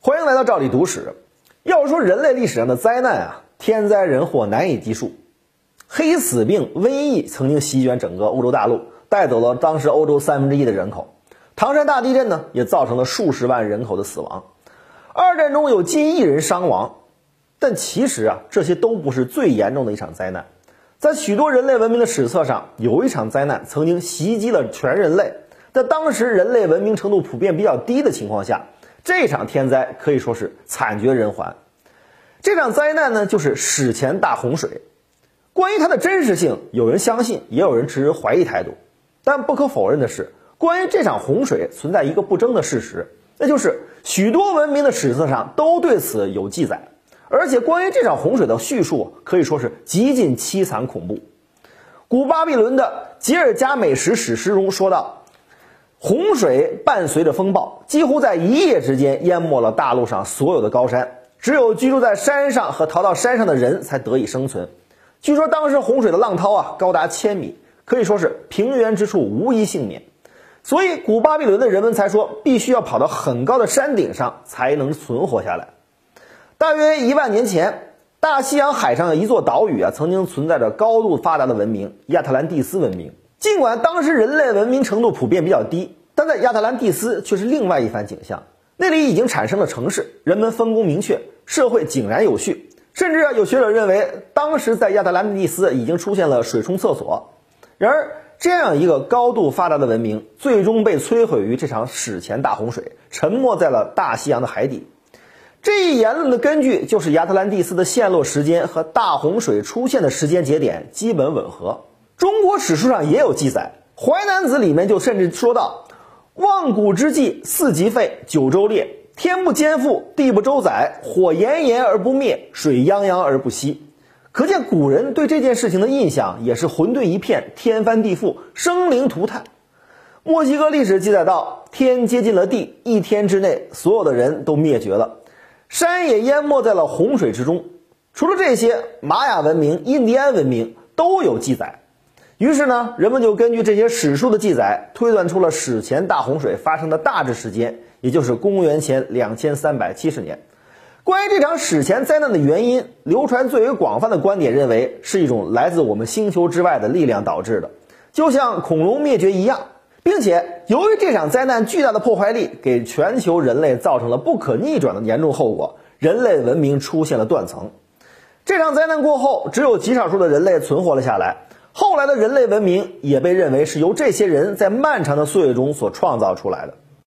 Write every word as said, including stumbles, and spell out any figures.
欢迎来到赵理读史。要说人类历史上的灾难啊，天灾人祸难以计数。黑死病、瘟疫曾经席卷整个欧洲大陆，带走了当时欧洲三分之一的人口。唐山大地震呢，也造成了数十万人口的死亡。二战中有近亿人伤亡，但其实啊，这些都不是最严重的一场灾难。在许多人类文明的史册上，有一场灾难曾经袭击了全人类，在当时人类文明程度普遍比较低的情况下，这场天灾可以说是惨绝人寰。这场灾难呢，就是史前大洪水。关于它的真实性，有人相信，也有人持怀疑态度。但不可否认的是，关于这场洪水存在一个不争的事实，那就是许多文明的史册上都对此有记载，而且关于这场洪水的叙述可以说是极尽凄惨恐怖。古巴比伦的吉尔加美什史诗中说道，洪水伴随着风暴，几乎在一夜之间淹没了大陆上所有的高山，只有居住在山上和逃到山上的人才得以生存。据说当时洪水的浪涛啊高达千米，可以说是平原之处无一幸免。所以古巴比伦的人们才说必须要跑到很高的山顶上才能存活下来。大约一万年前，大西洋海上的一座岛屿啊，曾经存在着高度发达的文明——亚特兰蒂斯文明。尽管当时人类文明程度普遍比较低，但在亚特兰蒂斯却是另外一番景象。那里已经产生了城市，人们分工明确，社会井然有序。甚至啊，有学者认为，当时在亚特兰蒂斯已经出现了水冲厕所。然而，这样一个高度发达的文明，最终被摧毁于这场史前大洪水，沉没在了大西洋的海底。这一言论的根据就是亚特兰蒂斯的陷落时间和大洪水出现的时间节点基本吻合。中国史书上也有记载，《淮南子》里面就甚至说到，万古之际，四极沸，九州裂，天不兼覆，地不周载，火炎炎而不灭，水泱泱而不息。可见古人对这件事情的印象也是混沌一片，天翻地覆，生灵涂炭。墨西哥历史记载到，天接近了地，一天之内所有的人都灭绝了，山也淹没在了洪水之中。除了这些，玛雅文明、印第安文明都有记载。于是呢，人们就根据这些史书的记载，推断出了史前大洪水发生的大致时间，也就是公元前两千三百七十年。关于这场史前灾难的原因，流传最为广泛的观点认为是一种来自我们星球之外的力量导致的，就像恐龙灭绝一样，并且由于这场灾难巨大的破坏力给全球人类造成了不可逆转的严重后果，人类文明出现了断层。这场灾难过后，只有极少数的人类存活了下来，后来的人类文明也被认为是由这些人在漫长的岁月中所创造出来的。